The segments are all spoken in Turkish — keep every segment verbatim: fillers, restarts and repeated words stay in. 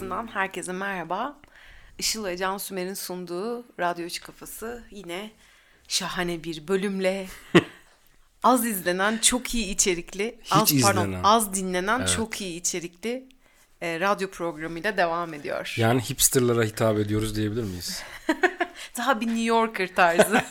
Yayınından herkese merhaba. Işıl ve Can Sümer'in sunduğu Radyo Üç Kafası yine şahane bir bölümle az izlenen, çok iyi içerikli, Hiç az pardon, izlenen. az dinlenen, Evet. çok iyi içerikli e, radyo programıyla devam ediyor. Yani hipsterlara hitap ediyoruz diyebilir miyiz? Daha bir New Yorker tarzı.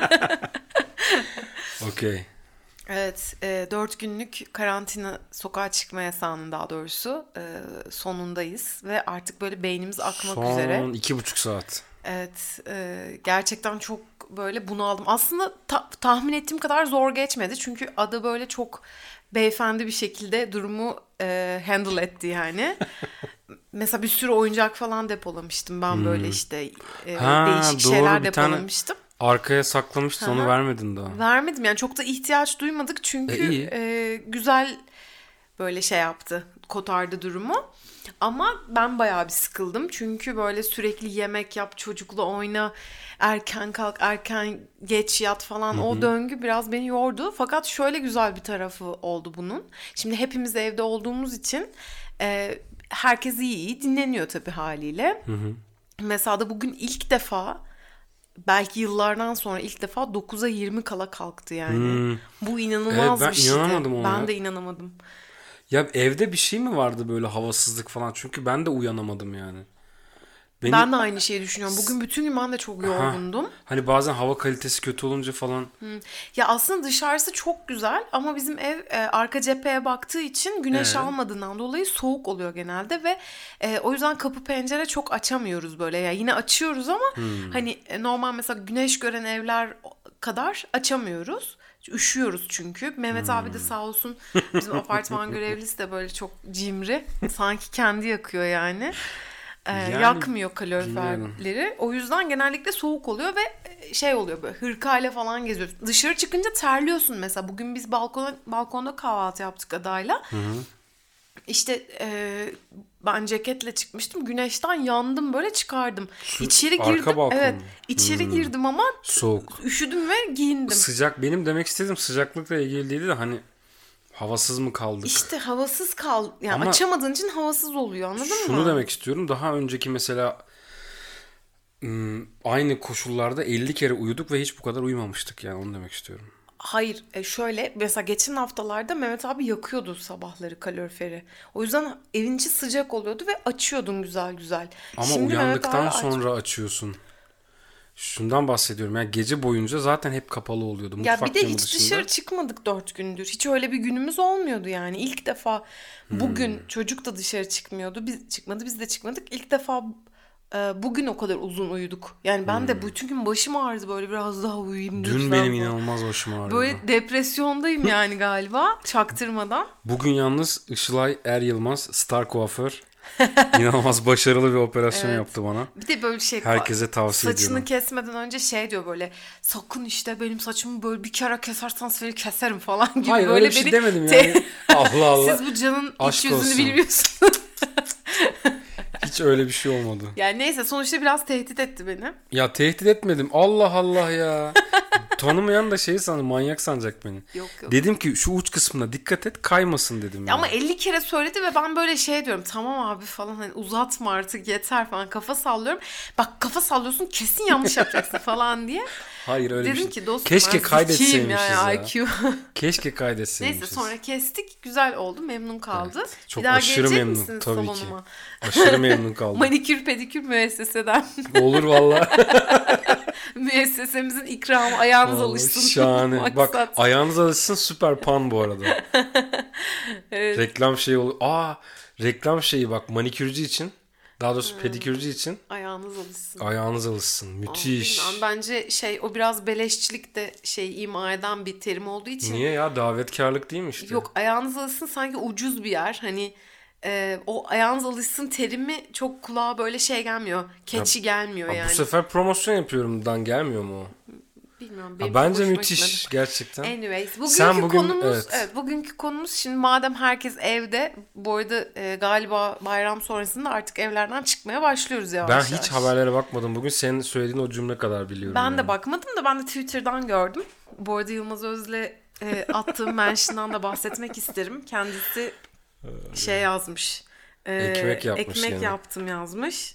Okey. Evet, e, dört günlük karantina, sokağa çıkma yasağının daha doğrusu e, sonundayız ve artık böyle beynimiz akmak Son üzere. Son iki buçuk saat. Evet, e, gerçekten çok böyle bunaldım. Aslında ta- tahmin ettiğim kadar zor geçmedi çünkü ada böyle çok beyefendi bir şekilde durumu e, handle etti yani. Mesela bir sürü oyuncak falan depolamıştım ben böyle işte e, Ha, değişik doğru, şeyler bir tane depolamıştım. Arkaya saklamıştın, Hı onu hı. vermedin daha. Vermedim yani çok da ihtiyaç duymadık E, çünkü iyi. e, güzel böyle şey yaptı, kotardı durumu. Ama ben bayağı bir sıkıldım çünkü böyle sürekli yemek yap, çocukla oyna, erken kalk, erken geç yat falan o döngü biraz beni yordu. Fakat şöyle güzel bir tarafı oldu bunun. Şimdi hepimiz evde olduğumuz için e, herkes iyi iyi dinleniyor tabii haliyle. Mesela da bugün ilk defa belki yıllardan sonra ilk defa dokuza yirmi kala kalktı yani. Hmm. Bu Evet, inanılmaz ben bir şeydi. inanamadım ona Ben ya. de inanamadım. Ya evde bir şey mi vardı böyle havasızlık falan? Çünkü ben de uyanamadım yani. Beni Ben de aynı şeyi düşünüyorum. Bugün bütün gün ben de çok ha yorgundum. hani bazen hava kalitesi kötü olunca falan. Ya aslında dışarısı çok güzel ama bizim ev e, arka cepheye baktığı için güneş Ee, almadığından dolayı soğuk oluyor genelde ve e, o yüzden kapı pencere çok açamıyoruz böyle. Ya yine açıyoruz ama hani e, normal mesela güneş gören evler kadar açamıyoruz. Üşüyoruz çünkü. Mehmet abi de sağ olsun bizim apartman görevlisi de böyle çok cimri. Sanki kendi yakıyor yani. Ee, Yani yakmıyor bilmiyorum. kaloriferleri. O yüzden genellikle soğuk oluyor ve e, şey oluyor böyle hırkayla falan geziyorsun. Dışarı çıkınca terliyorsun mesela. Bugün biz balkona, balkonda kahvaltı yaptık adayla. İşte e, ben ceketle çıkmıştım. Güneşten yandım böyle çıkardım. Şu İçeri arka girdim. balkon Evet, mu? içeri girdim ama Soğuk. üşüdüm ve giyindim. Sıcak, benim demek istediğim sıcaklıkla ilgili değil de hani havasız mı kaldık? İşte havasız kal, yani Ama açamadığın için havasız oluyor, anladın şunu mı? demek istiyorum. Daha önceki mesela ım, aynı koşullarda elli kere uyuduk ve hiç bu kadar uyumamıştık, yani onu demek istiyorum. Hayır, e, şöyle mesela geçen haftalarda Mehmet abi yakıyordu sabahları kaloriferi. O yüzden evin içi sıcak oluyordu ve açıyordun güzel güzel. Ama Şimdi Mehmet abi uyandıktan aç. sonra açıyorsun. Şundan bahsediyorum. Yani gece boyunca zaten hep kapalı oluyordu. Ya bir Mutfak de camı hiç dışarı dışında. çıkmadık dört gündür. Hiç öyle bir günümüz olmuyordu yani. İlk defa bugün çocuk da dışarı çıkmıyordu. Biz çıkmadı, biz de çıkmadık. İlk defa e, bugün o kadar uzun uyuduk. Yani ben de bütün gün başım ağrıdı böyle biraz daha uyuyayım Dün lütfen benim falan. inanılmaz başım ağrıyordu. Böyle depresyondayım yani galiba çaktırmadan. Bugün yalnız Işılay Er Yılmaz, Star Kuaför, inanılmaz başarılı bir operasyon Evet. yaptı bana. Bir de böyle şey Herkese tavsiye saçını ediyorum. kesmeden önce şey diyor böyle sakın işte benim saçımı böyle bir kere kesersen seni keserim falan gibi Hayır, böyle öyle bir şey beni demedim te- yani. Allah Allah. siz bu canın iç Aşk yüzünü olsun. bilmiyorsunuz. Hiç öyle bir şey olmadı. Yani neyse sonuçta biraz tehdit etti beni. Ya tehdit etmedim. Allah Allah ya. Tanımayan da şeyi sanır, manyak sanacak beni. Yok yok. Dedim ki şu uç kısmına dikkat et, kaymasın dedim Ya ama yani. elli kere söyledi ve ben böyle şey diyorum tamam abi falan hani uzatma artık yeter falan kafa sallıyorum. Bak kafa sallıyorsun kesin yanlış yapacaksın falan diye. Hayır, öyle bir Dedim şey. ki dostum Keşke ben zekiyim kaydetseymişiz yani ya. I Q. Keşke Neyse kaydetseymişiz. sonra kestik. Güzel oldu. Memnun kaldı. Evet. Bir Çok daha aşırı gelecek memnun misiniz tabii ki. salonuma? Aşırı memnun kaldım. Manikür pedikür müesseseden. Olur valla. Müessesemizin ikramı ayağınız Vallahi alışsın. şahane. Bak Maksat. ayağınız alışsın, süper pan bu arada. Evet. Reklam şeyi olur. Aa, reklam şeyi bak, manikürcü için. Daha doğrusu pedikürcü için. Ayağınız alışsın. Ayağınız alışsın. Aa, Müthiş. bilmem. Bence şey o biraz beleşçilik de şey ima eden bir terim olduğu için. Niye ya? Davetkarlık değil mi işte? Yok ayağınız alışsın sanki ucuz bir yer. Hani e, o ayağınız alışsın terimi çok kulağa böyle şey gelmiyor. Keçi gelmiyor Ha, yani. bu sefer promosyon yapıyorumdan gelmiyor mu o? Bilmiyorum Ha, benim bence hoşuma müthiş gitmedi. gerçekten. Anyways, bugünkü Sen bugün konumuz evet. evet bugünkü konumuz şimdi madem herkes evde bu arada e, galiba bayram sonrasında artık evlerden çıkmaya başlıyoruz yavaş Ben yavaş. hiç haberlere bakmadım. Bugün senin söylediğin o cümle kadar biliyorum Ben yani. de bakmadım da ben de Twitter'dan gördüm. Bu arada Yılmaz Öz'le e, attığım mention'dan da bahsetmek isterim. Kendisi şey yazmış. Ee, Ekmek yapmış ekmek gene. yaptım yazmış.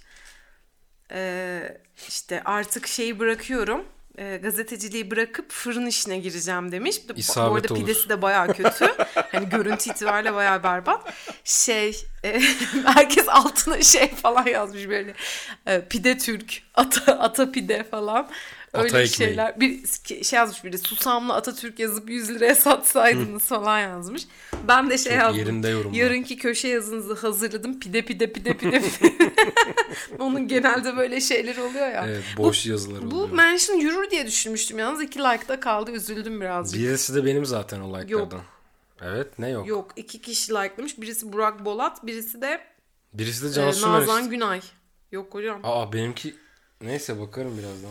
Ee, işte artık şeyi bırakıyorum. Ee, gazeteciliği bırakıp fırın işine gireceğim demiş. Bu İsabet arada olur. pidesi de bayağı kötü. Hani görüntü itibariyle bayağı berbat. Şey, e, herkes altına şey falan yazmış böyle. E, pide Türk, ata, ata pide falan. Öyle Ata ekmeği. şeyler. Bir şey yazmış biri. Susamlı Atatürk yazıp yüz liraya satsaydınız falan yazmış. Ben de şey Çok yazdım. yerinde yorumlar. Yarınki köşe yazınızı hazırladım. Pide pide pide pide pide. Onun genelde böyle şeyler oluyor ya. Evet, boş yazılar Bu oluyor. mention yürür diye düşünmüştüm yalnız. iki like'da kaldı. Üzüldüm birazcık. Birisi de benim zaten o like'lardan. Yok. Evet, ne yok? Yok, iki kişi likelamış. Birisi Burak Bolat, birisi de Birisi de e, Cansu Nazan Meriç. Günay. Yok hocam. Aa, benimki neyse bakarım birazdan.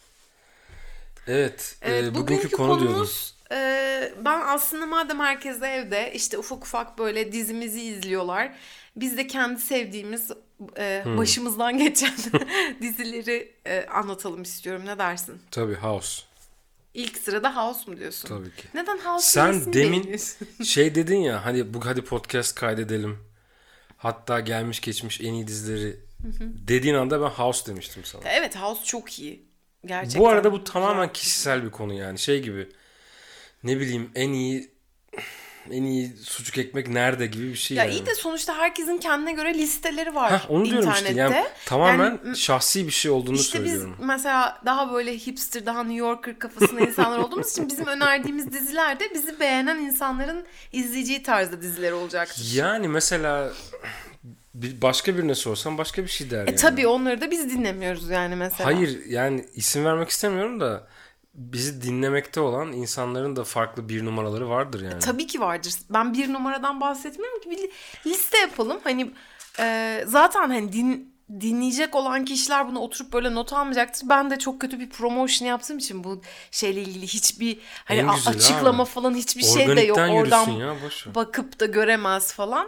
Evet, Evet, e, bugünkü, bugünkü konu diyordum. konumuz e, ben aslında madem herkes de evde işte ufak ufak böyle dizimizi izliyorlar. Biz de kendi sevdiğimiz e, Hmm. başımızdan geçen dizileri e, anlatalım istiyorum. Ne dersin? Tabii, House. İlk sırada House mu diyorsun? Tabii ki. Neden House Sen dizisini demin beğeniyorsun? şey dedin ya, hani bu hadi podcast kaydedelim. Hatta gelmiş geçmiş en iyi dizileri dediğin anda ben House demiştim sana. Evet, House çok iyi. Gerçekten. Bu arada bu güzel. tamamen kişisel bir konu yani. Şey gibi, ne bileyim, en iyi en iyi sucuk ekmek nerede gibi bir şey Ya yani. iyi de sonuçta herkesin kendine göre listeleri var Heh, onu diyorum internette. işte. Yani tamamen Yani, şahsi bir şey olduğunu İşte biz söylüyorum. mesela daha böyle hipster, daha New Yorker kafasında insanlar olduğumuz için bizim önerdiğimiz diziler de bizi beğenen insanların izleyeceği tarzda diziler olacaktır. Yani mesela bir başka birine sorsan başka bir şey der E yani. tabii onları da biz dinlemiyoruz yani mesela. Hayır, yani isim vermek istemiyorum da bizi dinlemekte olan insanların da farklı bir numaraları vardır yani. Tabii ki vardır. Ben bir numaradan bahsetmiyorum ki, bir li- liste yapalım. Hani e, zaten hani din, dinleyecek olan kişiler bunu oturup böyle not almayacaktır. Ben de çok kötü bir promotion yaptığım için bu şeyle ilgili hiçbir hani En a- güzeli açıklama abi. falan hiçbir şey de yok. Organikten Oradan yürüsün ya, boş ver. bakıp da göremez falan.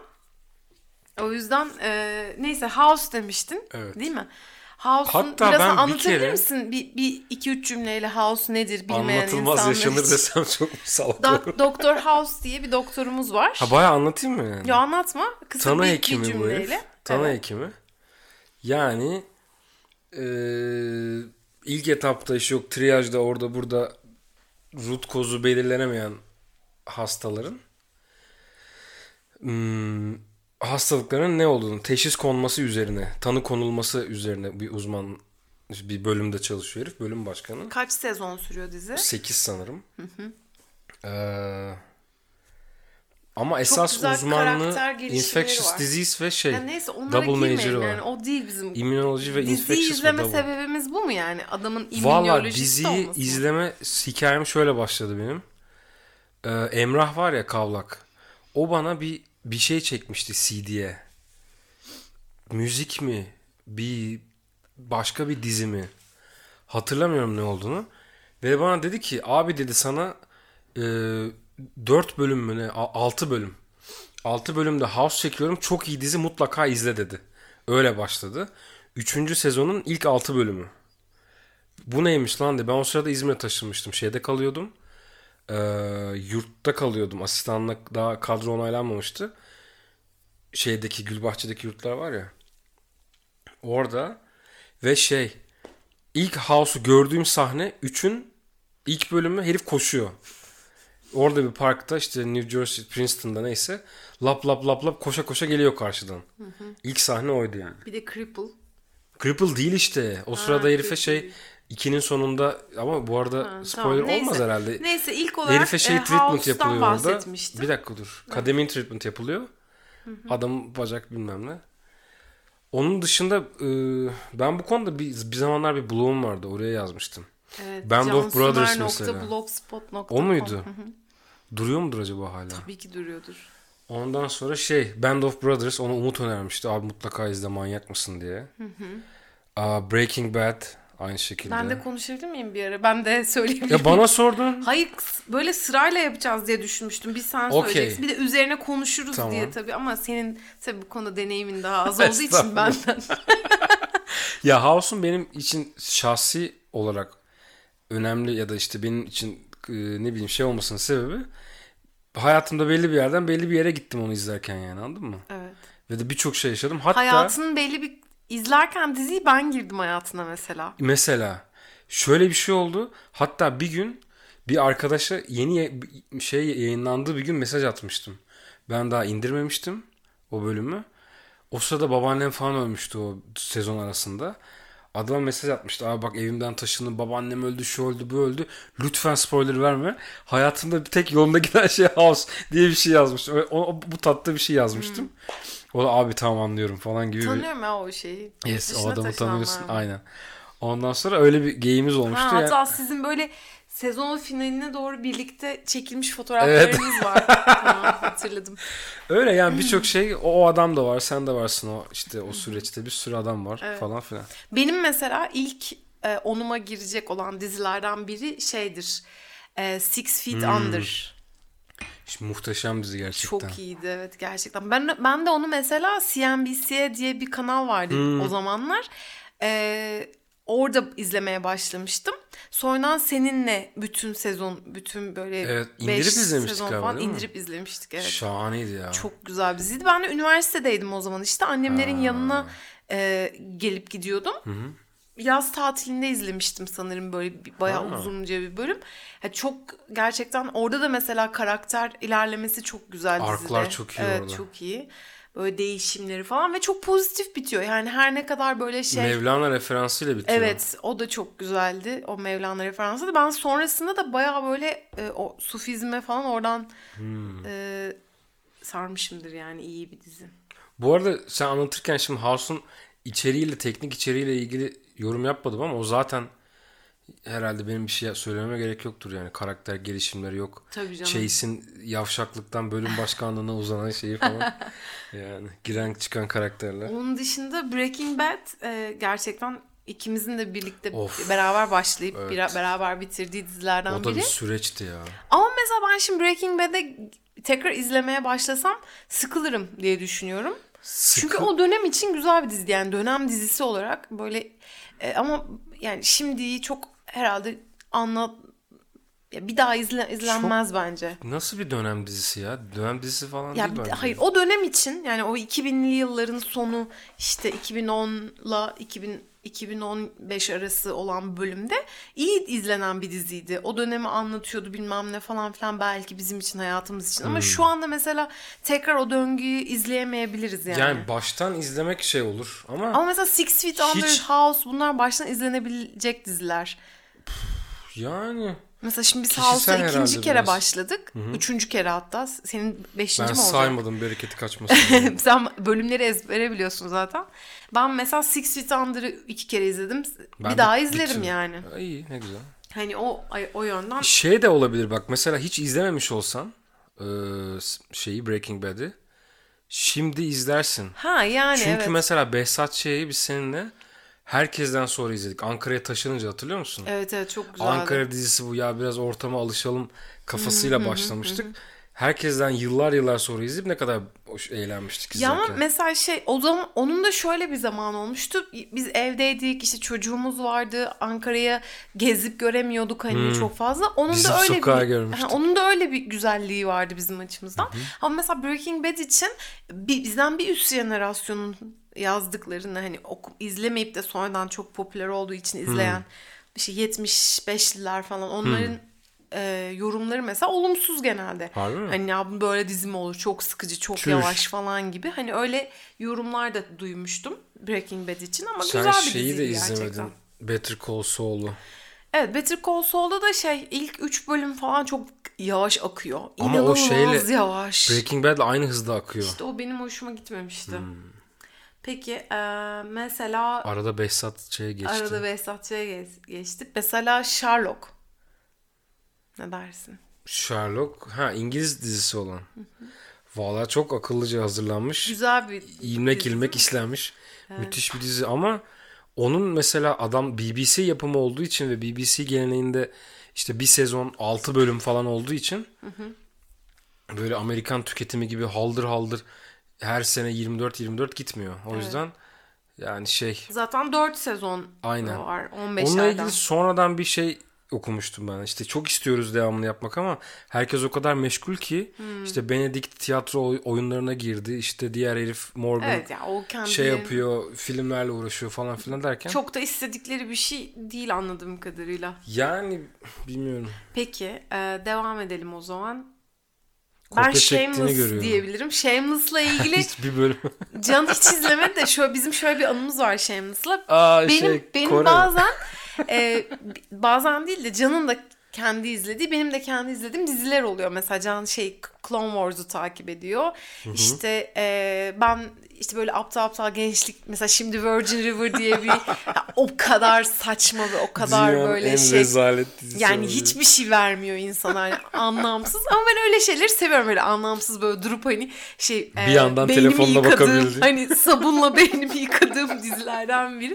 O yüzden e, neyse House demiştin, Evet. değil mi? House'un Hatta biraz ben bir anlatabilir kere- misin? Bir, bir iki üç cümleyle House nedir bilmeyen Anlatılmaz insanlar yaşanır için. desem çok mu salak Do- olur? Doktor House diye bir doktorumuz var. Ha, bayağı anlatayım mı yani? Ya anlatma. Kısa Tanı bir, bir hekimi bu cümleyle. herif. Tanı Evet. hekimi. Yani eee, ilk etapta iş yok. Triyajda orada burada root kozu belirlenemeyen hastaların hmm, hastalıkların ne olduğunu, teşhis konması üzerine, tanı konulması üzerine bir uzman bir bölümde çalışıyor herif. Bölüm başkanı. Kaç sezon sürüyor dizi? sekiz sanırım. Ee, ama esas güzel uzmanlığı karakter gelişimleri infectious var. disease ve şey Ya neyse onlara double major'ı girmeyelim var. yani. O değil bizim. İmmünoloji ve Diziyi infectious ve izleme double. sebebimiz bu mu yani? Adamın Valla immünolojisi diziyi olması mı? izleme hikayem şöyle başladı benim. Ee, Emrah var ya, Kavlak. O bana bir bir şey çekmişti C D'ye. Müzik mi? Bir başka bir dizi mi? Hatırlamıyorum ne olduğunu. Ve bana dedi ki abi dedi sana e, dört bölüm mü ne? altı bölüm. altı bölümde House çekiyorum. Çok iyi dizi, mutlaka izle dedi. Öyle başladı. üçüncü sezonun ilk altı bölümü. Bu neymiş lan dedi. Ben o sırada İzmir'e taşınmıştım. Şeyde kalıyordum. Ee, yurtta kalıyordum. Asistanla daha kadro onaylanmamıştı. Şeydeki Gülbahçe'deki yurtlar var ya. Orada ve şey ilk House'u gördüğüm sahne üçün ilk bölümü, herif koşuyor. Orada bir parkta işte New Jersey, Princeton'da neyse lap lap lap lap koşa koşa geliyor karşıdan. Hı hı. İlk sahne oydu yani. Bir de Cripple. Cripple değil işte. O sırada herife Cripple şey değil. ikinin sonunda, ama bu arada Ha, spoiler tamam, olmaz neyse. herhalde. Neyse ilk olarak Herife şey e, treatment House'tan yapılıyor orada. bahsetmiştim. Bir dakika dur. Kademin treatment yapılıyor. Adam bacak bilmem ne. Onun dışında e, ben bu konuda bir, bir zamanlar bir blogum vardı. Oraya yazmıştım. Evet, Band of Brothers cansumer mesela. nokta blogspot nokta O com. muydu? Hı hı. Duruyor mudur acaba hala? Tabii ki duruyordur. Ondan sonra şey Band of Brothers, ona Umut önermişti. Abi mutlaka izle, manyak mısın diye. Aa, Breaking Bad aynı şekilde. Ben de konuşabilir miyim bir ara? Ben de söyleyebilir Ya miyim? bana sordun. Hayır, böyle sırayla yapacağız diye düşünmüştüm. Bir sen Okey. söyleyeceksin. Bir de üzerine konuşuruz Tamam. diye tabii. Ama senin tabii bu konuda deneyimin daha az olduğu için Estağfurullah. benden. Ya House'un benim için şahsi olarak önemli ya da işte benim için e, ne bileyim şey olmasının sebebi, hayatımda belli bir yerden belli bir yere gittim onu izlerken, yani anladın mı? Evet. Ve de birçok şey yaşadım. Hatta Hayatının belli bir izlerken diziyi ben girdim hayatına mesela. mesela şöyle bir şey oldu. Hatta bir gün bir arkadaşa yeni ye- şey yayınlandığı bir gün mesaj atmıştım. Ben daha indirmemiştim o bölümü. O sırada babaannem falan ölmüştü o sezon arasında. Adama mesaj atmıştı. Abi bak evimden taşındım. Babaannem öldü, şu öldü, bu öldü. Lütfen spoiler verme. Hayatımda bir tek yolunda giden şey House diye bir şey yazmıştım. O, o- bu tatlı bir şey yazmıştım. O da abi tamam anlıyorum falan gibi bir... Tanıyorum ya o şeyi. Yes, o Dışına adamı taşınanlar tanıyorsun. var. Aynen. Ondan sonra öyle bir geyimiz olmuştu. Ha, Yani- hatta sizin böyle sezon finaline doğru birlikte çekilmiş Evet. fotoğraflarınız var. Tamam, hatırladım. Öyle yani birçok şey o, o adam da var, sen de varsın o işte o süreçte bir sürü adam var Evet. falan filan. Benim mesela ilk e, onuma girecek olan dizilerden biri şeydir. E, Six Feet Under. İşte muhteşem dizi gerçekten. Çok iyiydi evet gerçekten. Ben ben de onu mesela C N B C diye bir kanal vardı o zamanlar. E, orada izlemeye başlamıştım. Sonradan seninle bütün sezon, bütün böyle Evet, indirip beş izlemiştik sezon galiba, falan değil mi? indirip izlemiştik. Evet. Şahaneydi ya. Çok güzel bir diziydi. Ben de üniversitedeydim o zaman işte. Annemlerin yanına e, gelip gidiyordum. Yaz tatilinde izlemiştim sanırım böyle bir, bayağı Ha. uzunca bir bölüm. Ya çok gerçekten orada da mesela karakter ilerlemesi çok güzel dizide. Arklar çok iyi evet, orada. çok iyi. Böyle değişimleri falan ve çok pozitif bitiyor. Yani her ne kadar böyle şey... Mevlana referansıyla bitiyor. Evet, o da çok güzeldi. O Mevlana referansı da. Ben sonrasında da bayağı böyle e, o Sufizme falan oradan e, sarmışımdır yani, iyi bir dizi. Bu arada sen anlatırken şimdi House'un içeriğiyle, teknik içeriğiyle ilgili yorum yapmadım ama o zaten herhalde benim bir şey söylememe gerek yoktur yani. Karakter gelişimleri yok. Tabii canım. Chase'in yavşaklıktan bölüm başkanlığına uzanan şeyi falan. Yani giren çıkan karakterler. Onun dışında Breaking Bad e, gerçekten ikimizin de birlikte Of, beraber başlayıp evet. bir, beraber bitirdiği dizilerden O da biri. bir süreçti ya. Ama mesela ben şimdi Breaking Bad'e tekrar izlemeye başlasam sıkılırım diye düşünüyorum. Sıkı- Çünkü o dönem için güzel bir diziydi. Yani dönem dizisi olarak böyle e, ama yani şimdiyi çok herhalde anlat ya bir daha izle, izlenmez bence. Nasıl bir dönem dizisi ya? Dönem dizisi falan Ya değil bir- bence. hayır, o dönem için yani o iki binli yılların sonu işte iki bin onla iki bin iki bin on beş arası olan bölümde iyi izlenen bir diziydi. O dönemi anlatıyordu bilmem ne falan filan, belki bizim için, hayatımız için. Ama Hmm. şu anda mesela tekrar o döngüyü izleyemeyebiliriz yani. Yani baştan izlemek şey olur ama, Ama mesela Six Feet Under, Hiç- House, bunlar baştan izlenebilecek diziler. yani Mesela şimdi biz Kişisel House'a ikinci herhalde kere biraz. başladık. Üçüncü kere hatta. Senin beşinci ben mi olacak? saymadım bereketi kaçmasın. Sen bölümleri ezbere biliyorsun zaten. Ben mesela Six Feet Under'ı iki kere izledim. Ben bir daha de izlerim bitirdim. yani. Ha, İyi ne güzel. Hani o o yönden. Şey de olabilir bak mesela hiç izlememiş olsan e, şeyi Breaking Bad'i şimdi izlersin. Ha yani Çünkü evet. mesela Behzat Ç'yi biz seninle herkesten sonra izledik. Ankara'ya taşınınca hatırlıyor musun? Evet evet, çok güzeldi. Ankara dizisi bu ya biraz ortama alışalım kafasıyla başlamıştık. Herkesten yıllar yıllar sonra izleyip ne kadar hoş eğlenmiştik Ya izlerken. ama mesela şey, o zaman onun da şöyle bir zaman olmuştu. Biz evdeydik, işte çocuğumuz vardı. Ankara'ya gezip göremiyorduk hani çok fazla. Onun Bizim da öyle sokağı bir görmüştük. ha, onun da öyle bir güzelliği vardı bizim açımızdan. Ama mesela Breaking Bad için bi- bizden bir üst jenerasyonun yazdıklarını hani oku, izlemeyip de sonradan çok popüler olduğu için izleyen işte yetmiş beşliler falan, onların e, yorumları mesela olumsuz genelde. Harbi mi? Hani ya bu böyle dizi mi olur? Çok sıkıcı, çok Tüh. yavaş falan gibi. Hani öyle yorumlar da duymuştum Breaking Bad için ama Sen güzel bir şeyi diziydi de izlemedin. gerçekten. Better Call Saul'u. Evet, Better Call Saul'da da şey, ilk üç bölüm falan çok yavaş akıyor. Ama o İnanılmaz şeyle yavaş. Breaking Bad'le aynı hızda akıyor. İşte o benim hoşuma gitmemişti. Hmm. Peki e, mesela Arada Behzat Ç'ye geçti. arada Behzatçı'ya geç- geçtik. Mesela Sherlock. Ne dersin? Sherlock. Ha İngiliz dizisi olan. Vallahi çok akıllıca hazırlanmış. Güzel bir İlmek dizi, ilmek değil mi? işlenmiş. Müthiş bir dizi ama onun mesela adam B B C yapımı olduğu için ve B B C geleneğinde işte bir sezon altı bölüm falan olduğu için böyle Amerikan tüketimi gibi haldır haldır her sene yirmi dört yirmi dört gitmiyor. O yüzden yani şey Zaten dört sezon aynen. var. on Onunla beşerden. ilgili sonradan bir şey okumuştum ben. İşte çok istiyoruz devamını yapmak ama herkes o kadar meşgul ki Hmm. işte Benedict tiyatro oy- oyunlarına girdi. İşte diğer herif Morgan Evet ya o şey kendileri yapıyor, filmlerle uğraşıyor falan filan derken. çok da istedikleri bir şey değil anladığım kadarıyla. Yani bilmiyorum. Peki e, devam edelim o zaman. Kopya Ben çektiğini Shameless görüyorum. diyebilirim. Shameless'la ilgili Hiçbir bölüm. Can hiç izlemedi de şöyle bizim şöyle bir anımız var Shameless'la. Aa, Benim şey, benim Kore. bazen e, bazen değil de Can'ın da kendi izlediği, benim de kendi izlediğim diziler oluyor. Mesela Can şey Clone Wars'u takip ediyor. İşte e, ben işte böyle aptal aptal gençlik mesela şimdi Virgin River diye bir ya, o kadar saçma ve o kadar Dünyanın böyle en şey rezalet dizisi yani oluyor. hiçbir şey vermiyor insana yani anlamsız ama ben öyle şeyleri seviyorum böyle anlamsız böyle durup hani şey Bir yandan beynimi telefonla yıkadığım, bakabildiğin. hani sabunla beynimi yıkadığım dizilerden biri.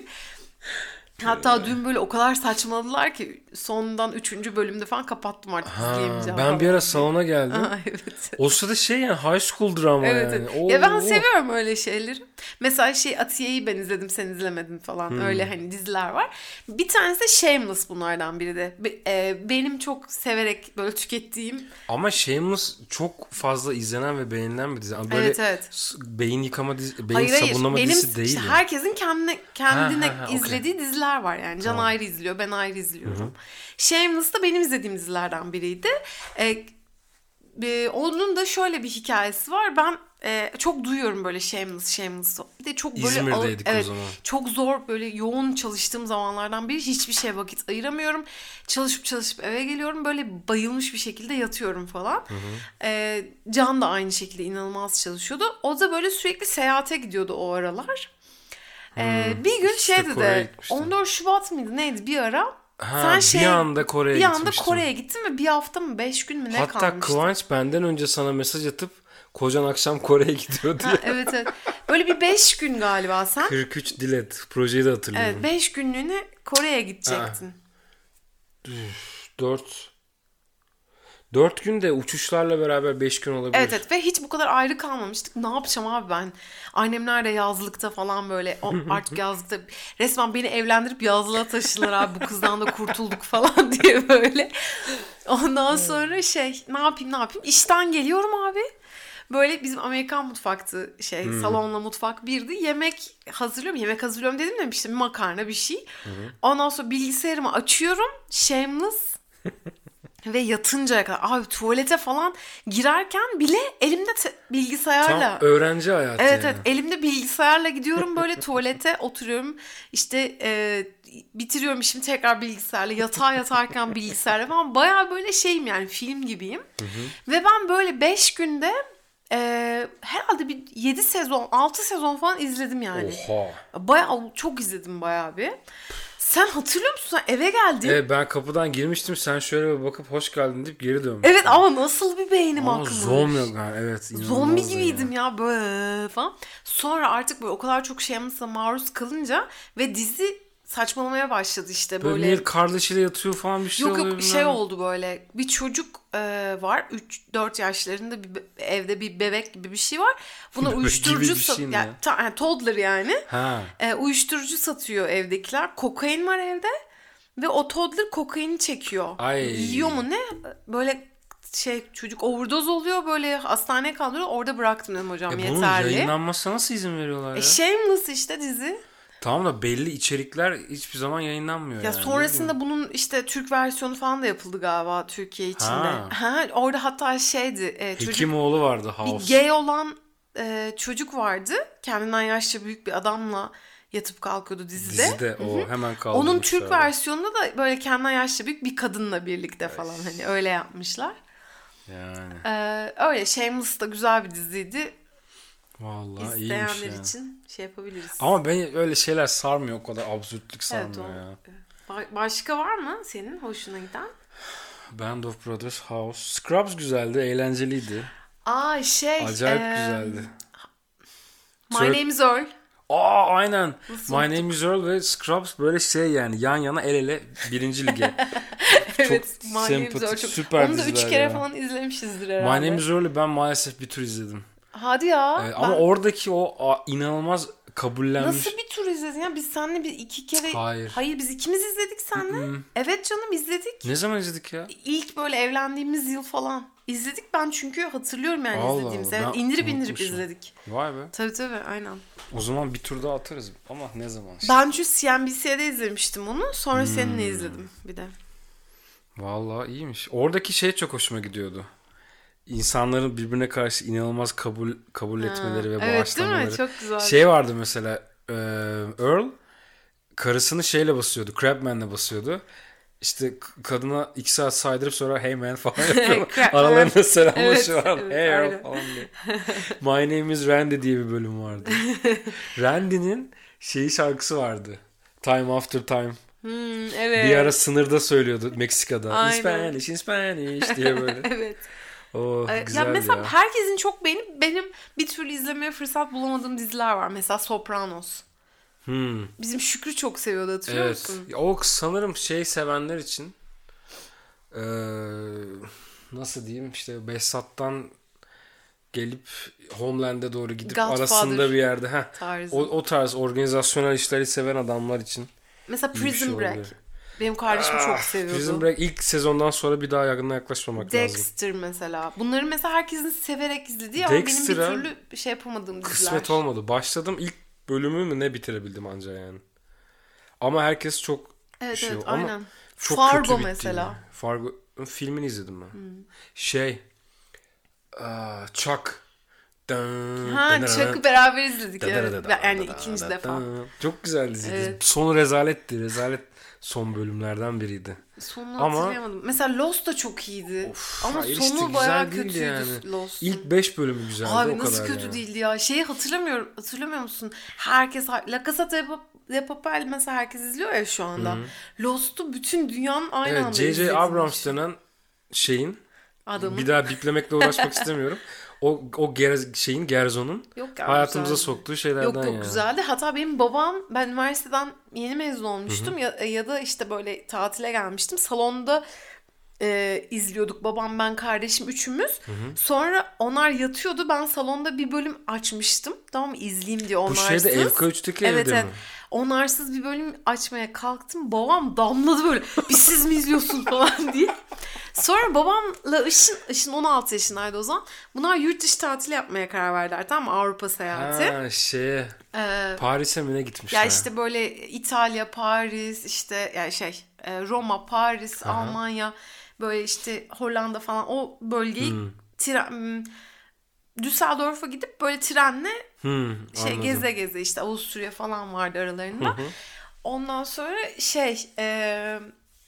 Hatta dün böyle o kadar saçmaladılar ki sondan üçüncü bölümde falan kapattım artık Ha, izleyemeyeceğim ben falan bir ara diye. salona geldim. Aa, evet. O sırada şey yani high school drama Evet, yani. evet. Ya ben Oo. seviyorum öyle şeyleri. Mesela şey Atiye'yi ben izledim sen izlemedin falan. Hmm. Öyle hani diziler var. Bir tanesi de Shameless bunlardan biri de. Be- e, benim çok severek böyle tükettiğim. Ama Shameless çok fazla izlenen ve beğenilen bir dizi. Yani böyle Evet, evet. s- beyin yıkama dizi, beyin Hayır hayır. sabunlama Benim dizisi değil işte yani. herkesin kendine kendine Ha, ha, ha, izlediği diziler var yani. Can Tamam. ayrı izliyor, ben ayrı izliyorum. Shameless da benim izlediğim dizilerden biriydi. Ee, e, onun da şöyle bir hikayesi var. Ben e, çok duyuyorum böyle Shameless, Shameless. Bir de çok böyle İzmir'deydik o evet, zaman. çok zor böyle yoğun çalıştığım zamanlardan biri. Hiçbir şeye vakit ayıramıyorum. Çalışıp çalışıp eve geliyorum. Böyle bayılmış bir şekilde yatıyorum falan. Ee, Can da aynı şekilde inanılmaz çalışıyordu. O da böyle sürekli seyahate gidiyordu o aralar. Ee, bir gün İşte şey Kore'ye dedi. gitmiştim. on dört Şubat mıydı neydi bir ara? Ha, Sen bir şey anda Kore'ye bir anda gitmiştim. Kore'ye gittin ve bir hafta mı beş gün mü ne Hatta kalmıştın? Kıvanç benden önce sana mesaj atıp kocan akşam Kore'ye gidiyor diye. Ha, evet evet. Böyle bir beş gün galiba sen. kırk üç Dilet projeyi de hatırlıyorum. Evet beş günlüğüne Kore'ye gidecektin. dört dört gün de uçuşlarla beraber beş gün olabilir. Evet evet ve hiç bu kadar ayrı kalmamıştık. Ne yapacağım abi ben? Annemler de yazlıkta falan böyle o artık yazlıkta resmen beni evlendirip yazlığa taşıdılar abi bu kızdan da kurtulduk falan diye böyle. Ondan sonra şey ne yapayım ne yapayım işten geliyorum abi. Böyle bizim Amerikan mutfaktı şey salonla mutfak birdi. Yemek hazırlıyorum. Yemek hazırlıyorum dedim de işte bir makarna bir şey. Ondan sonra bilgisayarımı açıyorum. Shameless. Ve yatıncaya kadar abi tuvalete falan girerken bile elimde te- bilgisayarla. Tam öğrenci hayatı Evet yani. evet elimde bilgisayarla gidiyorum böyle tuvalete oturuyorum işte e, bitiriyorum işimi tekrar bilgisayarla yatağa yatarken bilgisayarla falan baya böyle şeyim yani film gibiyim. Ve ben böyle beş günde e, herhalde bir yedi sezon altı sezon falan izledim yani. Oha. Baya çok izledim baya bir. Sen hatırlıyor musun? Sen eve geldin. Evet ben kapıdan girmiştim sen şöyle bir bakıp hoş geldin deyip geri dönmüştün. Evet ama nasıl bir beynim Ama akmış. zombi yani evet. inanılmaz Zombi da gibiydim ya. ya böyle falan. Sonra artık böyle o kadar çok Shameless'a maruz kalınca ve dizi saçmalamaya başladı işte Böyle, böyle. millet kardeşiyle yatıyor falan bir şey Yok oluyor. yok şey bilmem. oldu böyle bir çocuk e, var üç dört yaşlarında bir be- evde bir bebek gibi bir şey var. Buna Bebek uyuşturucu gibi bir sat- şey ne yani, ya? ta- yani toddler yani. Ha. E, uyuşturucu satıyor evdekiler. Kokain var evde ve o toddler kokaini çekiyor. Ay. Yiyor mu ne? Böyle şey çocuk overdose oluyor böyle hastaneye kaldırıyor. Orada bıraktım dedim hocam E bunun yeterli. yayınlanmasına nasıl izin veriyorlar ya? E Shameless işte dizi. Tamam da belli içerikler hiçbir zaman yayınlanmıyor Ya yani. sonrasında bunun işte Türk versiyonu falan da yapıldı galiba Türkiye içinde. Ha. Ha, orada hatta şeydi e, çocuk Hekimoğlu vardı bir House. gay olan e, çocuk vardı. Kendinden yaşça büyük bir adamla yatıp kalkıyordu dizide. Dizide o hemen kaldı. Onun Türk versiyonunda da böyle kendinden yaşça büyük bir kadınla birlikte falan hani öyle yapmışlar. Yani. Ee, öyle Shameless da güzel bir diziydi. Vallahi iyiymiş İsteyenler yani. için şey yapabiliriz. Ama ben öyle şeyler sarmıyor o kadar absürtlük evet, sarmıyor o- ya. Ba- başka var mı senin hoşuna giden? Band of Brothers, House. Scrubs güzeldi, eğlenceliydi. Aa şey. Acayip e, güzeldi. My Türk- Name is Earl. Aa aynen. Nasıl My unuttuk? Name is Earl ve Scrubs böyle şey yani yan yana el ele birinci lige. Evet. My Name is sempatik, Earl çok. süper Onu da üç diziler kere ya. falan izlemişizdir My herhalde. Name is Earl'ü ben maalesef bir tur izledim. Hadi ya. Evet, ben- ama oradaki o a, inanılmaz kabullenmiş. Nasıl bir tur izledin ya? Biz seninle bir iki kere... Hayır. Hayır biz ikimiz izledik seninle. Evet canım izledik. Ne zaman izledik ya? İlk böyle evlendiğimiz yıl falan. İzledik ben çünkü hatırlıyorum yani Allah izlediğimizi. Allah, Evet, ben indirip indirip unutmuşum. izledik. Vay be. Tabii tabii aynen. O zaman bir tur daha atarız. Ama ne zaman işte? Ben çünkü C N B C'de izlemiştim onu. Sonra Hmm. seninle izledim bir de. Vallahi iyiymiş. Oradaki şey çok hoşuma gidiyordu. İnsanların birbirine karşı inanılmaz kabul kabul etmeleri ve Evet değil mi? bağışlamaları. Çok güzel. Şey vardı mesela e, Earl karısını şeyle basıyordu. Crabman'le basıyordu. İşte k- kadına iki saat saydırıp sonra hey man falan yapıyor. Crab- Aralarında selamlaşıyorlar. Evet, evet, Hey Earl aynen. falan diye. My name is Randy diye bir bölüm vardı. Randy'nin şeyi şarkısı vardı. Time After Time. Hmm, evet. Bir ara sınırda söylüyordu Meksika'da. In Aynen. Spanish, in Spanish diye böyle. Evet. Oh, Ee, güzel ya mesela ya. herkesin çok beğenip benim bir türlü izlemeye fırsat bulamadığım diziler var. Mesela Sopranos. Hmm, Bizim Şükrü çok seviyordu hatırlıyor evet. musun? Ya o sanırım şey sevenler için eee, nasıl diyeyim işte Behzat'tan gelip Homeland'e doğru gidip Godfather arasında bir yerde heh, tarzı. o, o tarz organizasyonel işleri seven adamlar için Mesela iyi bir şey Prison Break. olabilir. Benim kardeşim Ah, çok seviyordu. Prison Break ilk sezondan sonra bir daha yakından yaklaşmamak lazım. Dexter mesela. Bunları mesela herkesin severek izlediği ama benim bir Dexter'a türlü şey yapamadığım diziler. Kısmet olmadı. Başladım ilk bölümü mü ne bitirebildim anca yani. Ama herkes çok Evet şey evet ama aynen. çok Fargo kötü bitti mesela. yani. Fargo filmini izledim ben. Şey aa, Chuck. Dın, Ha dın, Chuck'ı dın, beraber izledik dın, evet. dın, dın, Yani dın, ikinci dın, defa. dın. Çok güzel diziydi. Evet. Sonu rezaletti. Rezalet son bölümlerden biriydi. Sonunu Ama- hatırlayamadım. Mesela Lost da çok iyiydi. Of, ama hayır sonu işte güzel bayağı değildi kötüydü yani. Lost'un. İlk beş bölümü güzeldi Abi o nasıl kadar kötü yani. değildi ya. Şeyi hatırlamıyorum. Hatırlamıyor musun? Herkes La Casa de Pap- de Papel mesela herkes izliyor ya şu anda. Lost'u bütün dünyanın aynı Evet anda J J izlediğini Abrams düşün. denen şeyin Adamın. bir daha biplemekle uğraşmak istemiyorum. O o ger, şeyin Gerzon'un Yok ya, hayatımıza güzeldi. soktuğu şeylerden Yok yok yani. güzeldi. Hatta benim babam ben üniversiteden yeni mezun olmuştum ya, ya da işte böyle tatile gelmiştim. Salonda e, izliyorduk. Babam ben kardeşim üçümüz. Sonra onlar yatıyordu. Ben salonda bir bölüm açmıştım. Tamam mı? İzleyeyim diye Bu onlarsız. şeyde L K üçteki Evet evde evet. mi? Onarsız bir bölüm açmaya kalktım. Babam damladı böyle. Biz siz mi izliyorsun falan diye. Sonra babamla Işın, Işın on altı yaşındaydı o zaman. Bunlar yurt dışı tatili yapmaya karar verdiler. Tamam mı? Avrupa seyahati. Ha şeye Ee, Paris'e mi ne gitmişler? ya işte böyle İtalya, Paris, işte yani şey e, Roma, Paris, Aha. Almanya, böyle işte Hollanda falan o bölgeyi Hmm. tren, m, Düsseldorf'a gidip böyle trenle Hmm, şey anladım. geze geze işte Avusturya falan vardı aralarında. Ondan sonra şey e,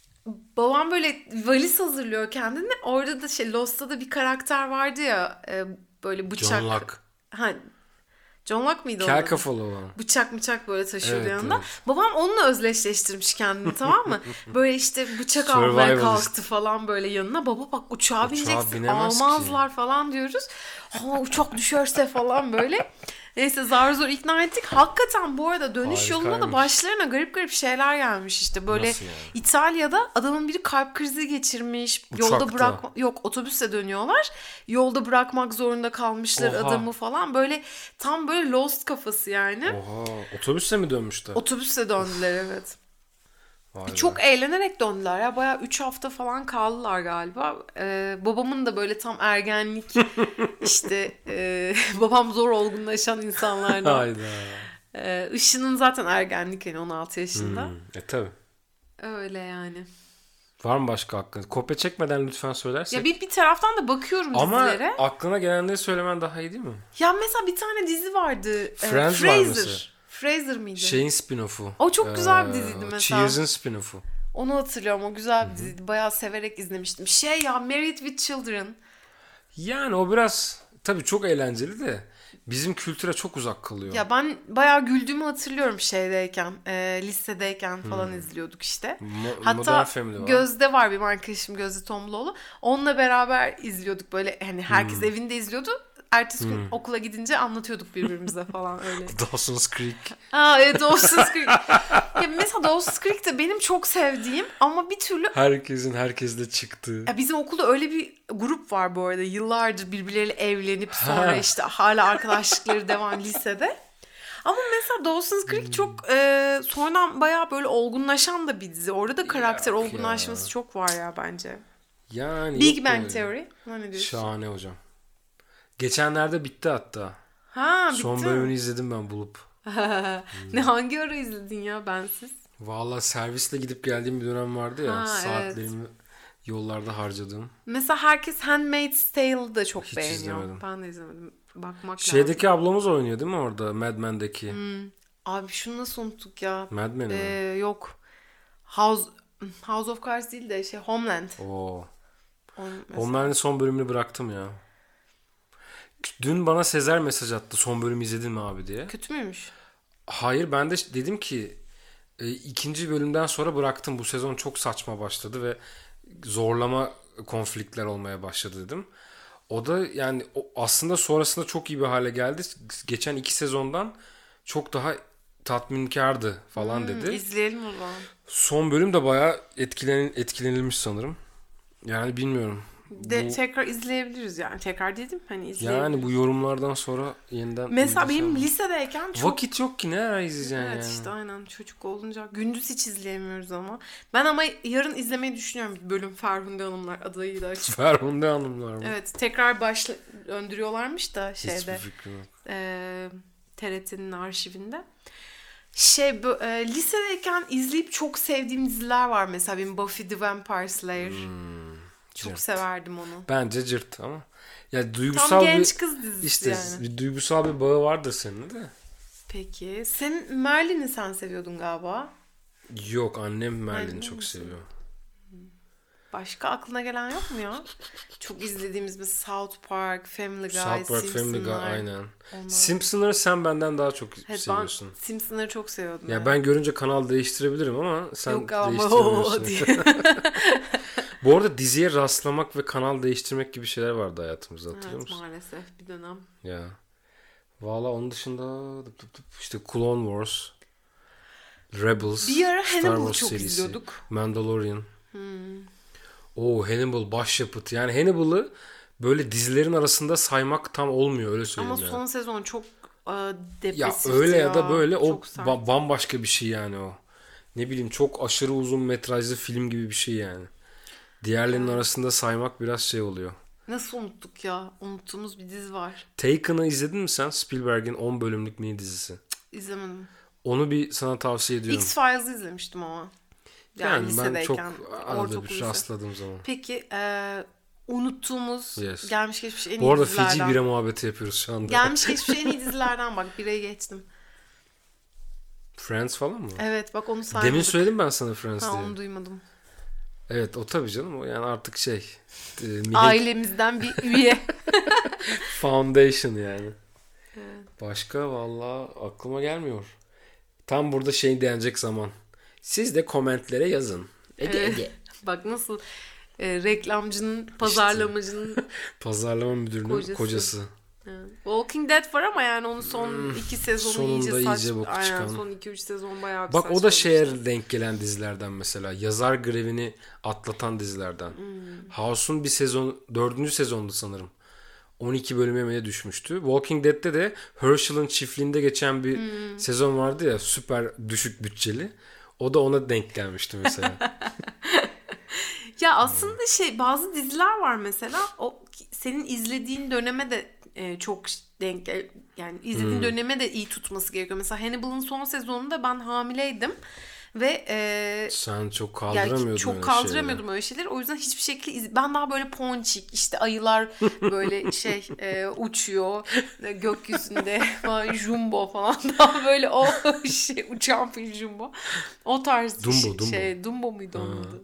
babam böyle valiz hazırlıyor kendine. Orada da şey Lost'ta da bir karakter vardı ya e, böyle bıçak. John Locke. Ha, John Locke mıydı o? Kel adı? kafalı olan. Bıçak bıçak böyle taşıyordu Evet, yanında. evet. Babam onunla özdeşleştirmiş kendini tamam mı? Böyle işte bıçak almaya Survivalist. kalktı falan böyle yanına. Baba bak uçağa bineceksin binemez ki. almazlar falan diyoruz. Ama uçak düşerse falan böyle. Neyse zar zor ikna ettik. Hakikaten bu arada dönüş yolunda da Harikaymış. başlarına garip garip şeyler gelmiş işte. Böyle Nasıl yani? İtalya'da adamın biri kalp krizi geçirmiş. Yolda Uçakta. bırak yok otobüsle dönüyorlar. Yolda bırakmak zorunda kalmışlar Oha. adamı falan. Böyle tam böyle Lost kafası yani. Oha otobüsle mi dönmüşler? Otobüsle döndüler evet. Vay be. Çok eğlenerek döndüler ya. Bayağı üç hafta falan kaldılar galiba. Ee, babamın da böyle tam ergenlik işte e, babam zor olgunlaşan insanlardan. Hayda. Ee, Işın'ın zaten ergenlik yani on altı yaşında. Hmm, e tabi. Öyle yani. Var mı başka aklınız? Kopya çekmeden lütfen söylersek. Ya bir bir taraftan da bakıyorum Ama dizilere. aklına gelenleri söylemen daha iyi değil mi? Ya mesela bir tane dizi vardı. e, Friends var mesela. Fraser. Fraser mıydı? Şeyin spin-off'u. O çok güzel bir Ee, diziydi mesela. Cheers'ın spin-off'u. Onu hatırlıyorum. O güzel bir diziydi. Bayağı severek izlemiştim. Şey ya Married with Children. Yani o biraz tabii çok eğlenceli de bizim kültüre çok uzak kalıyor. Ya ben bayağı güldüğümü hatırlıyorum şeydeyken, e, lisedeyken falan izliyorduk işte. Mo- Modern Hatta Family var. Gözde var benim arkadaşım Gözde Tomluoğlu. Onunla beraber izliyorduk böyle hani herkes evinde izliyordu. Ertesi gün okula gidince anlatıyorduk birbirimize falan öyle. Dawson's Creek. Aa evet Dawson's Creek. Ya mesela Dawson's Creek de benim çok sevdiğim ama bir türlü Herkesin herkesle çıktığı. ya bizim okulda öyle bir grup var bu arada. Yıllardır birbirleriyle evlenip sonra Ha. işte hala arkadaşlıkları devam lisede. Ama mesela Dawson's Creek çok e, sonradan bayağı böyle olgunlaşan da bir dizi. Orada da karakter Yok olgunlaşması ya. çok var ya bence. Yani Big yok Bang böyle. Theory. Ne diyorsun? Şahane hocam. Geçenlerde bitti hatta. Ha, Son bitti bölümünü mi? izledim ben bulup. Ne, hangi ara izledin ya bensiz? Valla servisle gidip geldiğim bir dönem vardı ya. Ha, evet. Saatlerimi yollarda harcadığım. Mesela herkes Handmaid's Tale'ı da çok Hiç beğeniyor. izlemedim. Ben de izlemedim. Bakmak lazım. Şeydeki ablamız oynuyor değil mi orada? Mad Men'deki. Abi şunu nasıl unuttuk ya? Mad Men'i mi? Ee, yok. House House of Cards değil de şey Homeland. Oo. Onun mesela. Homeland'in son bölümünü bıraktım ya. Dün bana Sezer mesaj attı. Son bölümü izledin mi abi diye. Kötü müymüş? Hayır, ben de dedim ki e, ikinci bölümden sonra bıraktım. Bu sezon çok saçma başladı ve zorlama konfliktler olmaya başladı dedim. O da yani o aslında sonrasında çok iyi bir hale geldi. Geçen iki sezondan çok daha tatminkardı falan Hmm, dedi. izleyelim o zaman. Son bölüm de bayağı etkilen, etkilenilmiş sanırım. Yani bilmiyorum. De, Bu, tekrar izleyebiliriz yani. Tekrar dedim hani izleyebiliriz. yani bu yorumlardan sonra yeniden Mesela benim izlesem. lisedeyken çok... Vakit yok ki, ne ara izleyeceksin Evet yani. işte aynen, çocuk olunca gündüz hiç izleyemiyoruz ama. Ben ama yarın izlemeyi düşünüyorum bir bölüm Ferhunde Hanımlar adayı da açıp. Ferhunde Hanımlar mı? Evet, tekrar başla döndürüyorlarmış da Hiçbir şeyde fikrim yok. e, T R T'nin arşivinde. Şey bu, e, lisedeyken izleyip çok sevdiğim diziler var mesela benim, Buffy the Vampire Slayer. Çok cırt. severdim onu. Bence cırt ama. Ya Tam duygusal genç bir kız dizisi işte yani. bir duygusal bir bağı vardır senin de. Peki senin Merlin'i sen seviyordun galiba. Yok, annem Merlin'i Merlin'i çok misin? seviyor. Başka aklına gelen yok mu ya? Çok izlediğimiz bir South Park, Family Guy, South Park, Family Guy, Simpsonlar. aynen. Onlar. Simpsonları sen benden daha çok Evet, ben seviyorsun. Simpsonları çok seviyordum. Ya evet. ben görünce kanal değiştirebilirim ama sen Yok ama değiştiremiyorsun. o diye. Bu arada diziye rastlamak ve kanal değiştirmek gibi şeyler vardı hayatımızda, hatırlıyor Evet, musun? maalesef bir dönem. Ya. Valla onun dışında dıp dıp dıp, işte Clone Wars, Rebels, Bir ara Star Hannibal'ı Wars çok serisi, izliyorduk. Mandalorian. Oo, Hannibal başyapıt. Yani Hannibal'ı böyle dizilerin arasında saymak tam olmuyor, öyle Ama söyleyeyim yani. son sezon çok e, Ya depresifti öyle ya da ya. böyle o Çok sert. ba- bambaşka bir şey yani o. Ne bileyim, çok aşırı uzun metrajlı film gibi bir şey yani. Diğerlerinin arasında saymak biraz şey oluyor. Nasıl unuttuk ya? Unuttuğumuz bir dizi var. Taken'ı izledin mi sen? Spielberg'in on bölümlük mini dizisi. İzlemedim. Onu bir sana tavsiye ediyorum. X-Files'ı izlemiştim ama. Yani, Yani ben çok lisedeyken. arada Ortaokul bir lise. rastladığım zaman. Peki e, unuttuğumuz Yes. gelmiş geçmiş en Bu iyi arada Fiji dizilerden. bira muhabbeti yapıyoruz şu anda. Gelmiş geçmiş en iyi dizilerden bak, birayı geçtim. Friends falan mı? Evet bak, onu saymadık. Demin söyledim ben sana Friends Ha, diye. onu duymadım. Evet, o tabii canım. O yani artık şey. E, mihenk Ailemizden bir üye. foundation yani. Evet. Başka valla aklıma gelmiyor. Tam burada şey denecek zaman. Siz de komentlere yazın. Ege Evet. Ege. Bak nasıl e, reklamcının, pazarlamacının Pazarlama müdürünün Kocası. kocası. evet. Walking Dead var ama yani onun son iki sezonu sonunda iyice saç. iyice boku Aynen, çıkan. son iki üç sezon bayağı bir Bak o da saçmalamıştı. şeye denk gelen dizilerden mesela. Yazar grevini atlatan dizilerden. Hmm. House'un bir sezon, dördüncü sezondu sanırım. on iki bölüme mi ne düşmüştü. Walking Dead'te de Herschel'ın çiftliğinde geçen bir Hmm. sezon vardı ya, süper düşük bütçeli. O da ona denk gelmişti mesela. Ya aslında şey, bazı diziler var mesela, o senin izlediğin döneme de e, çok denk gel- yani izlediğin Hmm. döneme de iyi tutması gerekiyor. Mesela Hannibal'ın son sezonunda ben hamileydim ve e, Sen çok yani kaldıramıyordun çok öyle kaldıramıyordum şeyleri. öyle şeyleri. O yüzden hiçbir şekilde iz- ben daha böyle ponçik, işte ayılar böyle şey e, uçuyor e, gökyüzünde falan, jumbo falan, daha böyle o şey, uçan fil jumbo. O tarz Dumbo, şey, Dumbo. şey Dumbo muydu onun adı?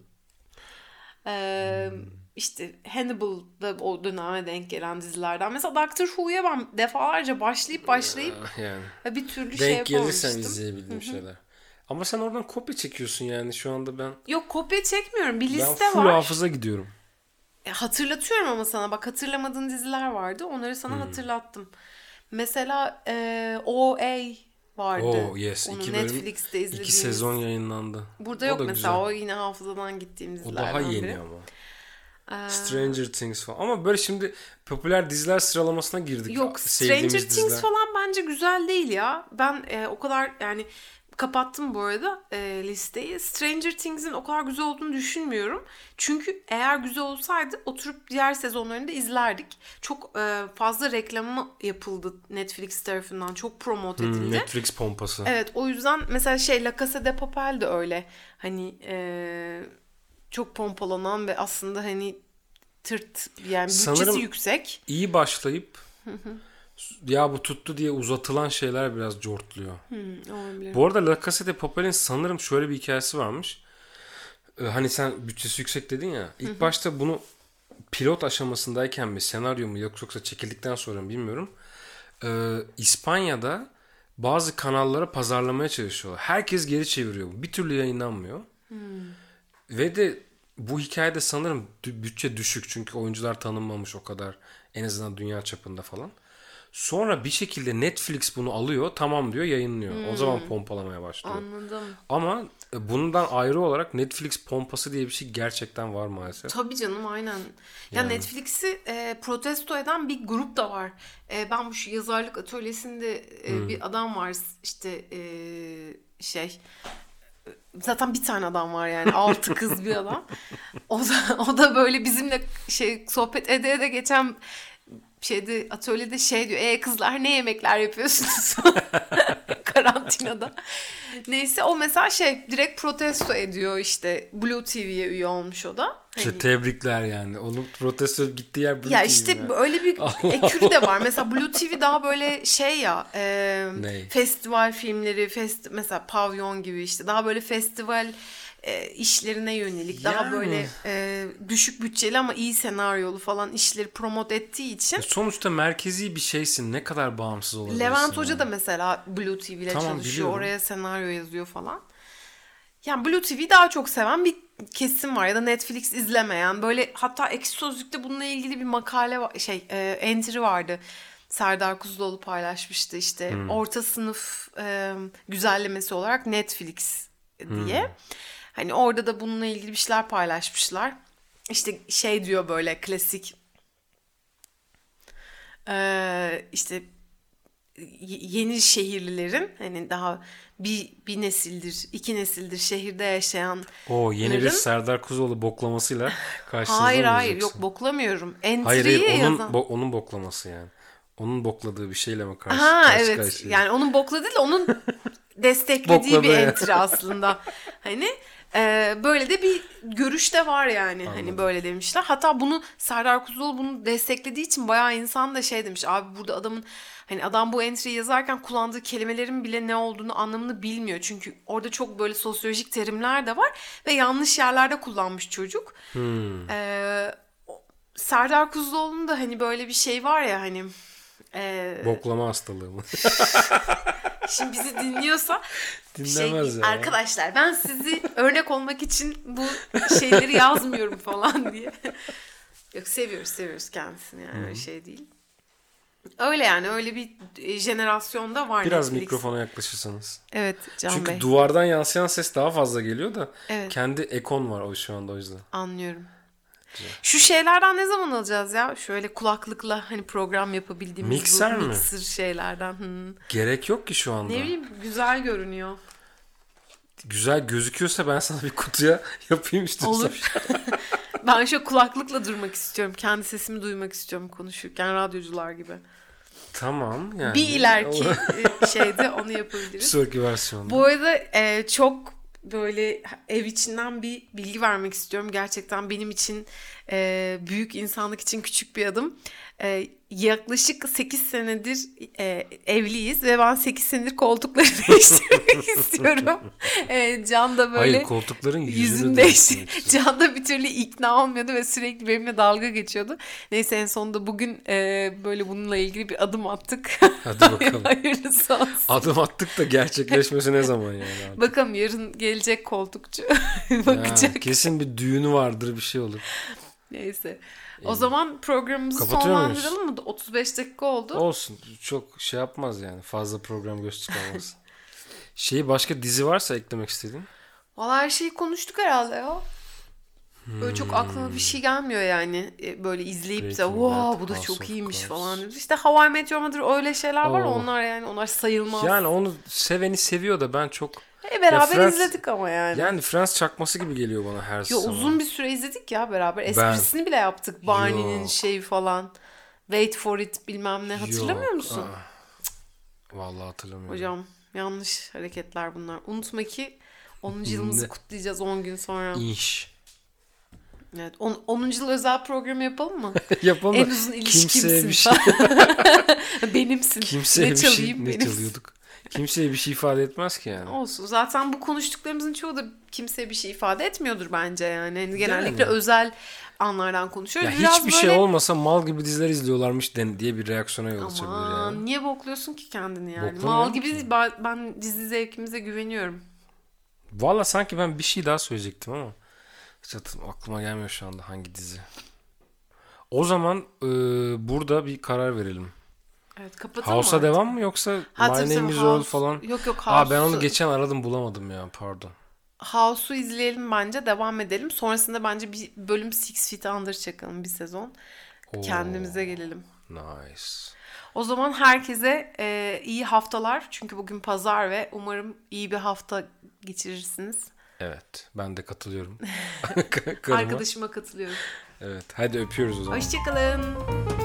Ee, işte Hannibal'da o döneme denk gelen dizilerden. Mesela Doctor Who'ya ben defalarca başlayıp başlayıp Ah, yani. bir türlü şey Denk gelirsen yapamamıştım. izleyebildiğim şeyler. Ama sen oradan kopya çekiyorsun yani şu anda ben. Yok, kopya çekmiyorum. Bir Ben liste full var. hafıza gidiyorum. E, hatırlatıyorum ama sana. Bak, hatırlamadığın diziler vardı. Onları sana hatırlattım. Mesela e, O A vardı. Oo yes. Onu iki bölüm, Netflix'te iki izlediğimiz. sezon yayınlandı. Burada O yok da mesela. güzel. O yine hafızadan gittiğim O dizilerden daha yeni biri. ama. Ee, Stranger Things falan. Ama böyle şimdi popüler diziler sıralamasına girdik. Yok, Sevdiğimiz Stranger Things diziler. falan bence güzel değil ya. Ben e, o kadar yani kapattım bu arada e, listeyi. Stranger Things'in o kadar güzel olduğunu düşünmüyorum. Çünkü eğer güzel olsaydı oturup diğer sezonlarını da izlerdik. Çok e, fazla reklamı yapıldı Netflix tarafından. Çok promote Hmm, edildi. Netflix pompası. Evet, o yüzden mesela şey La Casa de Papel de öyle. Hani e, çok pompalanan ve aslında hani tırt yani bütçesi Sanırım yüksek. iyi başlayıp ya bu tuttu diye uzatılan şeyler biraz cortluyor. Hmm, olabilir. Bu arada La Casa de Papel'in sanırım şöyle bir hikayesi varmış. Ee, hani sen bütçesi yüksek dedin ya. İlk başta bunu pilot aşamasındayken mi, senaryo mu yoksa çekildikten sonra mı bilmiyorum. Ee, İspanya'da bazı kanallara pazarlamaya çalışıyorlar. Herkes geri çeviriyor. Bir türlü yayınlanmıyor. Ve de bu hikayede sanırım dü- bütçe düşük. Çünkü oyuncular tanınmamış o kadar. En azından dünya çapında falan. Sonra bir şekilde Netflix bunu alıyor. Tamam diyor, yayınlıyor. O zaman pompalamaya başlıyor. Anladım. Ama e, bundan ayrı olarak Netflix pompası diye bir şey gerçekten var maalesef. Tabii canım, aynen. Ya Yani. Netflix'i e, protesto eden bir grup da var. E, ben bu şu yazarlık atölyesinde e, bir adam var işte e, şey zaten bir tane adam var yani altı kız bir adam. O da o da böyle bizimle şey sohbet ede ede geçen şeyde atölyede şey diyor. E kızlar ne yemekler yapıyorsunuz? Karantinada. Neyse o mesela şey direkt protesto ediyor işte. Blue T V'ye üye olmuş o da. İşte Hani, tebrikler yani. Onun protesto gittiği yer Blue ya T V işte ya. öyle bir ekürü de var. Mesela Blue T V daha böyle şey ya e, Ney? festival filmleri, fest mesela Pavyon gibi işte daha böyle festival e, işlerine yönelik daha Yani. böyle e, düşük bütçeli ama iyi senaryolu falan işleri promote ettiği için. Sonuçta merkezi bir şeysin. Ne kadar bağımsız olabilirsin. Levent Hoca yani. da mesela Blue T V ile Tamam, çalışıyor. biliyorum. Oraya senaryo yazıyor falan. Yani Blue T V'yi daha çok seven bir kesim var ya da Netflix izlemeyen. Böyle hatta Ekşi Sözlük'te bununla ilgili bir makale var, şey e, entry vardı. Serdar Kuzuloğlu paylaşmıştı işte Hmm. orta sınıf e, güzellemesi olarak Netflix diye. Hmm. Hani orada da bununla ilgili bir şeyler paylaşmışlar. İşte şey diyor böyle klasik e, işte y- yeni şehirlilerin hani daha bir bir nesildir, iki nesildir şehirde yaşayan. O yeni bir Nırın- Serdar Kuzuoğlu boklamasıyla karşınızda Hayır mı hayır olacaksın? yok boklamıyorum. Hayır hayır Entry'yi onun yazan. bo- onun boklaması yani. Onun bokladığı bir şeyle mi karşı Ha karşı evet karşıyayız? yani onun bokladığı değil onun desteklediği bir Bokladı ya. entry aslında. Hani e, böyle de bir görüş de var yani. Hani Anladım. böyle demişler. Hatta bunu Serdar Kuzuloğlu bunu desteklediği için bayağı insan da şey demiş. Abi burada adamın hani adam bu entry'yi yazarken kullandığı kelimelerin bile ne olduğunu anlamını bilmiyor. Çünkü orada çok böyle sosyolojik terimler de var ve yanlış yerlerde kullanmış çocuk. Hmm. Ee, o- Serdar Kuzuloğlu'nun da hani böyle bir şey var ya hani e, Boklama hastalığı mı? şimdi bizi dinliyorsa bir şey Dinlemez değil. ya. Arkadaşlar ben sizi örnek olmak için bu şeyleri yazmıyorum falan diye. Yok seviyoruz seviyoruz kendisini yani öyle şey değil. Öyle yani öyle bir e, jenerasyonda var Biraz Netflix. mikrofona yaklaşırsanız. Evet Can Çünkü Bey duvardan yansıyan ses daha fazla geliyor da Evet. kendi ekon var o şu anda o yüzden. anlıyorum. Şu şeylerden ne zaman alacağız ya? Şöyle kulaklıkla hani program yapabildiğimiz Mikser bu mi? mixer şeylerden. Hı. Gerek yok ki şu anda. Ne bileyim güzel görünüyor. Güzel gözüküyorsa ben sana bir kutuya yapayım istiyorsan. Olur. Ben şu kulaklıkla durmak istiyorum. Kendi sesimi duymak istiyorum konuşurken radyocular gibi. Tamam yani. Bir ileriki e, şeyde onu yapabiliriz. sonraki versiyonda. Bu arada e, çok böyle ev içinden bir bilgi vermek istiyorum. Gerçekten benim için e, büyük, insanlık için küçük bir adım. E, yaklaşık sekiz senedir e, evliyiz ve ben sekiz senedir koltukları değiştirmek istiyorum. E, Can da böyle Hayır koltukların yüzünü yüzünü değiştirmek değişti. istiyorum. Can da bir türlü ikna olmuyordu ve sürekli benimle dalga geçiyordu. Neyse en sonunda bugün e, böyle bununla ilgili bir adım attık. Hadi bakalım. Hayırlısı olsun. Adım attık da gerçekleşmesi ne zaman yani? Artık? Bakalım yarın gelecek koltukçu. Ha, Bakacak. kesin bir düğünü vardır bir şey olur. Neyse. O zaman programımızı Kapatıyor muyuz? sonlandıralım mı? otuz beş dakika oldu. Olsun çok şey yapmaz yani fazla program göz çıkarmaz. Şey başka dizi varsa eklemek istediğin. Valla her şeyi konuştuk herhalde ya. Böyle çok aklıma bir şey gelmiyor yani. E, Böyle izleyip de Breaking wow Bad, bu da House çok of iyiymiş Cards. falan. İşte How I Met Your Mother öyle şeyler var. Oo. Onlar yani onlar sayılmaz. Yani onu seveni seviyor da ben çok... E, beraber Friends- izledik ama yani. Yani Friends çakması gibi geliyor bana her Yo, zaman. uzun bir süre izledik ya beraber. Ben- Esprisini bile yaptık. Barney'nin Yok. şeyi falan. Wait for it bilmem ne. Hatırlamıyor Yok, musun? aa. Vallahi hatırlamıyorum. Hocam yanlış hareketler bunlar. Unutma ki onuncu yılımızı Ne? kutlayacağız on gün sonra. İş. Evet. on, onuncu yıl özel programı yapalım mı? Yapalım En da uzun kimseye ilişkimsin bir şey, Benimsin. kimseye ne bir şey, çalayım ne benimsin. çalıyorduk? Kimseye bir şey ifade etmez ki yani. Olsun. Zaten bu konuştuklarımızın çoğu da kimseye bir şey ifade etmiyordur bence yani. Yani genellikle Yani. özel anlardan konuşuyoruz. Ya Biraz hiçbir böyle... şey olmasa mal gibi diziler izliyorlarmış den- diye bir reaksiyona yol açabilir Aman yani. niye bokluyorsun ki kendini yani? Boklamıyorum Mal gibi ki. değil. Ben, ben dizi zevkimize güveniyorum. Valla sanki ben bir şey daha söyleyecektim ama hiç hatırlam- aklıma gelmiyor şu anda hangi dizi. O zaman e, burada bir karar verelim. Evet kapatalım House'a artık. devam mı yoksa Ha, My tabii, Name tabii, is House. Earl falan? Yok yok Aa ben onu House'u- geçen aradım bulamadım ya pardon. House'u izleyelim bence. Devam edelim. Sonrasında bence bir bölüm Six Feet Under çakalım bir sezon. Oo, Kendimize gelelim. Nice. O zaman herkese e, iyi haftalar. Çünkü bugün pazar ve umarım iyi bir hafta geçirirsiniz. Evet ben de katılıyorum. Karıma. Arkadaşıma katılıyorum. Evet hadi öpüyoruz o zaman. Hoşçakalın.